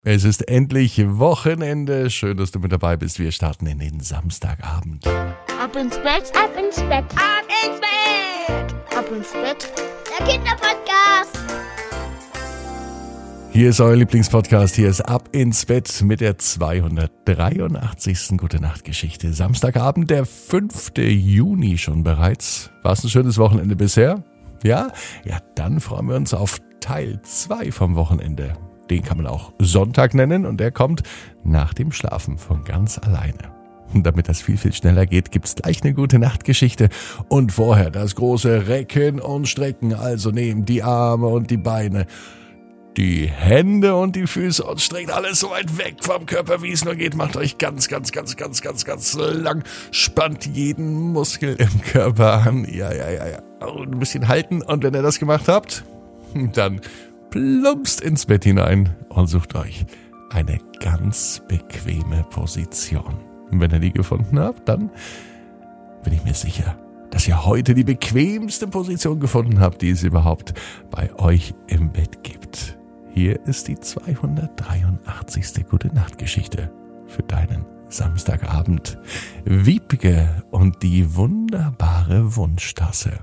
Es ist endlich Wochenende. Schön, dass du mit dabei bist. Wir starten in den Samstagabend. Ab ins Bett, ab ins Bett, ab ins Bett, ab ins Bett. Der Kinderpodcast. Hier ist euer Lieblingspodcast. Hier ist Ab ins Bett mit der 283. Gute-Nacht-Geschichte. Samstagabend, der 5. Juni schon bereits. War es ein schönes Wochenende bisher? Ja? Ja, dann freuen wir uns auf Teil 2 vom Wochenende. Den kann man auch Sonntag nennen und der kommt nach dem Schlafen von ganz alleine. Und damit das viel, viel schneller geht, gibt's gleich eine Gute-Nacht-Geschichte. Und vorher das große Recken und Strecken. Also nehmt die Arme und die Beine, die Hände und die Füße und streckt alles so weit weg vom Körper, wie es nur geht. Macht euch ganz lang. Spannt jeden Muskel im Körper an. Ja. Und ein bisschen halten. Und wenn ihr das gemacht habt, dann plumpst ins Bett hinein und sucht euch eine ganz bequeme Position. Und wenn ihr die gefunden habt, dann bin ich mir sicher, dass ihr heute die bequemste Position gefunden habt, die es überhaupt bei euch im Bett gibt. Hier ist die 283. Gute-Nacht-Geschichte für deinen Samstagabend. Wiebke und die wunderbare Wunschtasse.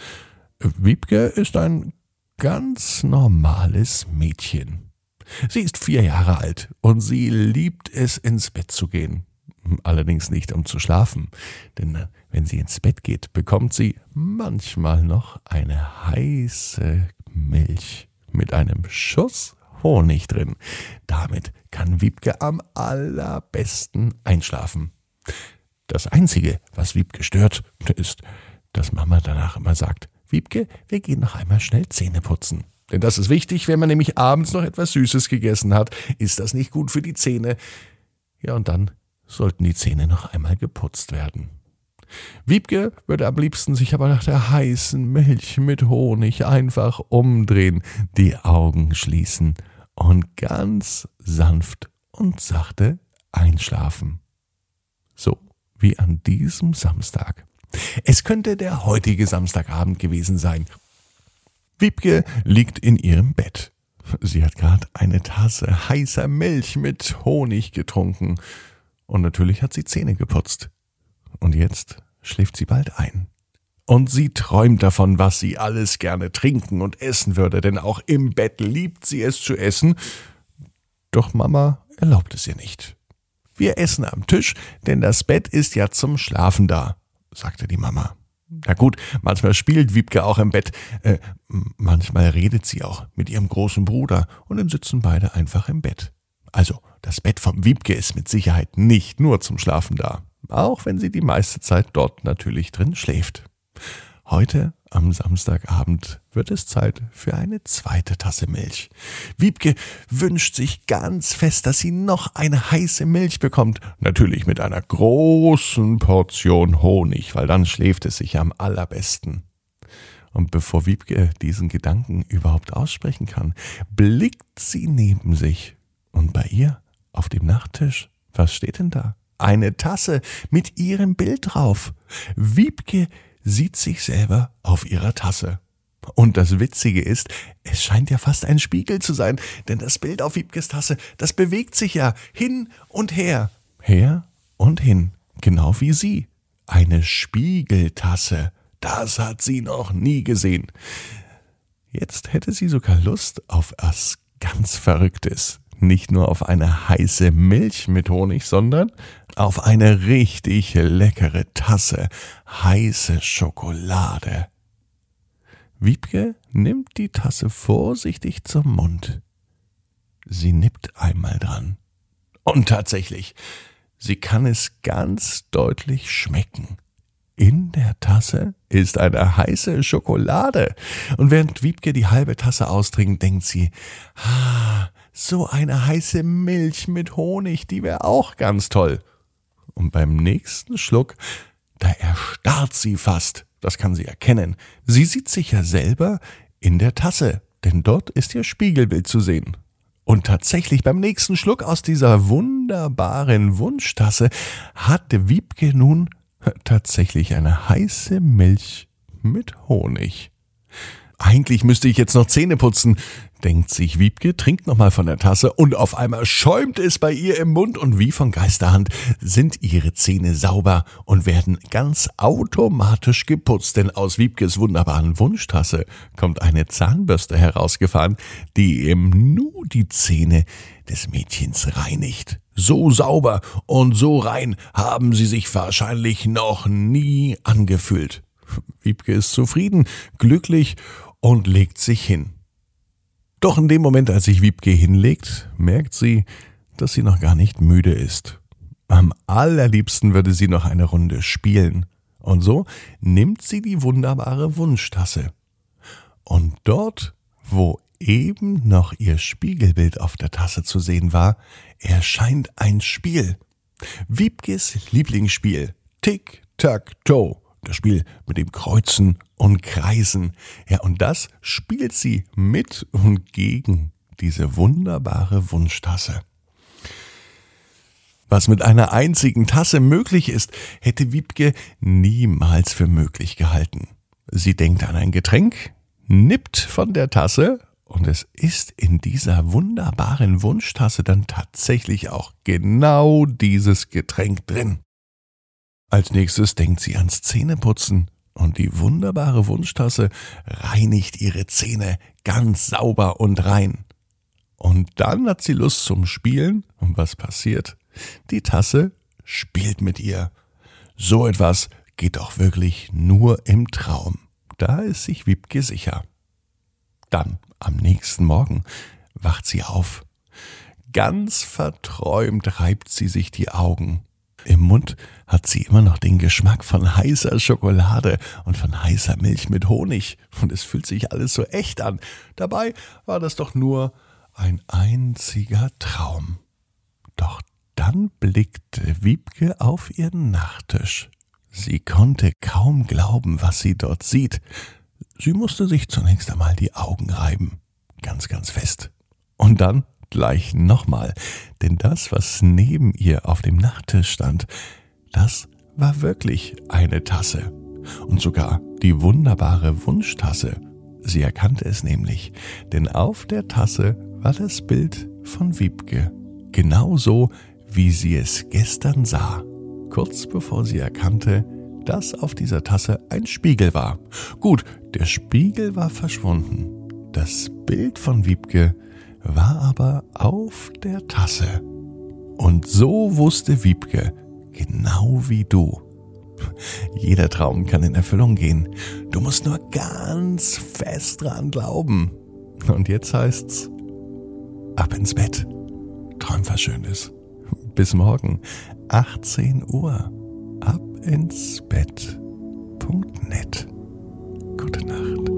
Wiebke ist ein ganz normales Mädchen. Sie ist 4 Jahre alt und sie liebt es, ins Bett zu gehen. Allerdings nicht, um zu schlafen, denn wenn sie ins Bett geht, bekommt sie manchmal noch eine heiße Milch mit einem Schuss Honig drin. Damit kann Wiebke am allerbesten einschlafen. Das Einzige, was Wiebke stört, ist, dass Mama danach immer sagt: Wiebke, wir gehen noch einmal schnell Zähne putzen. Denn das ist wichtig, wenn man nämlich abends noch etwas Süßes gegessen hat, ist das nicht gut für die Zähne. Ja, und dann sollten die Zähne noch einmal geputzt werden. Wiebke würde am liebsten sich aber nach der heißen Milch mit Honig einfach umdrehen, die Augen schließen und ganz sanft und sachte einschlafen. So wie an diesem Samstag. Es könnte der heutige Samstagabend gewesen sein. Wiebke liegt in ihrem Bett. Sie hat gerade eine Tasse heißer Milch mit Honig getrunken. Und natürlich hat sie Zähne geputzt. Und jetzt schläft sie bald ein. Und sie träumt davon, was sie alles gerne trinken und essen würde. Denn auch im Bett liebt sie es zu essen. Doch Mama erlaubt es ihr nicht. Wir essen am Tisch, denn das Bett ist ja zum Schlafen da, sagte die Mama. Na gut, manchmal spielt Wiebke auch im Bett, manchmal redet sie auch mit ihrem großen Bruder und dann sitzen beide einfach im Bett. Also, das Bett vom Wiebke ist mit Sicherheit nicht nur zum Schlafen da, auch wenn sie die meiste Zeit dort natürlich drin schläft. Heute, am Samstagabend, wird es Zeit für eine zweite Tasse Milch. Wiebke wünscht sich ganz fest, dass sie noch eine heiße Milch bekommt. Natürlich mit einer großen Portion Honig, weil dann schläft es sich am allerbesten. Und bevor Wiebke diesen Gedanken überhaupt aussprechen kann, blickt sie neben sich. Und bei ihr auf dem Nachttisch, was steht denn da? Eine Tasse mit ihrem Bild drauf. Wiebke sieht sich selber auf ihrer Tasse. Und das Witzige ist, es scheint ja fast ein Spiegel zu sein, denn das Bild auf Wiebkes Tasse, das bewegt sich ja hin und her. Her und hin, genau wie sie. Eine Spiegeltasse, das hat sie noch nie gesehen. Jetzt hätte sie sogar Lust auf was ganz Verrücktes. Nicht nur auf eine heiße Milch mit Honig, sondern auf eine richtig leckere Tasse heiße Schokolade. Wiebke nimmt die Tasse vorsichtig zum Mund. Sie nippt einmal dran. Und tatsächlich, sie kann es ganz deutlich schmecken. In der Tasse ist eine heiße Schokolade. Und während Wiebke die halbe Tasse austrinkt, denkt sie: so eine heiße Milch mit Honig, die wäre auch ganz toll. Und beim nächsten Schluck, da erstarrt sie fast. Das kann sie erkennen. Sie sieht sich ja selber in der Tasse, denn dort ist ihr Spiegelbild zu sehen. Und tatsächlich beim nächsten Schluck aus dieser wunderbaren Wunschtasse hatte Wiebke nun tatsächlich eine heiße Milch mit Honig. Eigentlich müsste ich jetzt noch Zähne putzen, denkt sich Wiebke, trinkt nochmal von der Tasse und auf einmal schäumt es bei ihr im Mund und wie von Geisterhand sind ihre Zähne sauber und werden ganz automatisch geputzt, denn aus Wiebkes wunderbaren Wunschtasse kommt eine Zahnbürste herausgefahren, die im Nu die Zähne des Mädchens reinigt. So sauber und so rein haben sie sich wahrscheinlich noch nie angefühlt. Wiebke ist zufrieden, glücklich und legt sich hin. Doch in dem Moment, als sich Wiebke hinlegt, merkt sie, dass sie noch gar nicht müde ist. Am allerliebsten würde sie noch eine Runde spielen. Und so nimmt sie die wunderbare Wunschtasse. Und dort, wo eben noch ihr Spiegelbild auf der Tasse zu sehen war, erscheint ein Spiel. Wiebkes Lieblingsspiel, Tic-Tac-Toe. Das Spiel mit dem Kreuzen und Kreisen. Ja, und das spielt sie mit und gegen diese wunderbare Wunschtasse. Was mit einer einzigen Tasse möglich ist, hätte Wiebke niemals für möglich gehalten. Sie denkt an ein Getränk, nippt von der Tasse und es ist in dieser wunderbaren Wunschtasse dann tatsächlich auch genau dieses Getränk drin. Als nächstes denkt sie ans Zähneputzen und die wunderbare Wunschtasse reinigt ihre Zähne ganz sauber und rein. Und dann hat sie Lust zum Spielen und was passiert? Die Tasse spielt mit ihr. So etwas geht doch wirklich nur im Traum. Da ist sich Wiebke sicher. Dann, am nächsten Morgen, wacht sie auf. Ganz verträumt reibt sie sich die Augen. Im Mund hat sie immer noch den Geschmack von heißer Schokolade und von heißer Milch mit Honig. Und es fühlt sich alles so echt an. Dabei war das doch nur ein einziger Traum. Doch dann blickte Wiebke auf ihren Nachttisch. Sie konnte kaum glauben, was sie dort sieht. Sie musste sich zunächst einmal die Augen reiben. Ganz, ganz fest. Und dann gleich nochmal, denn das, was neben ihr auf dem Nachttisch stand, das war wirklich eine Tasse. Und sogar die wunderbare Wunschtasse. Sie erkannte es nämlich, denn auf der Tasse war das Bild von Wiebke. Genauso, wie sie es gestern sah. Kurz bevor sie erkannte, dass auf dieser Tasse ein Spiegel war. Gut, der Spiegel war verschwunden. Das Bild von Wiebke war aber auf der Tasse. Und so wusste Wiebke, genau wie du. Jeder Traum kann in Erfüllung gehen. Du musst nur ganz fest dran glauben. Und jetzt heißt's, ab ins Bett. Träum was Schönes. Bis morgen, 18 Uhr. Abinsbett.net. Gute Nacht.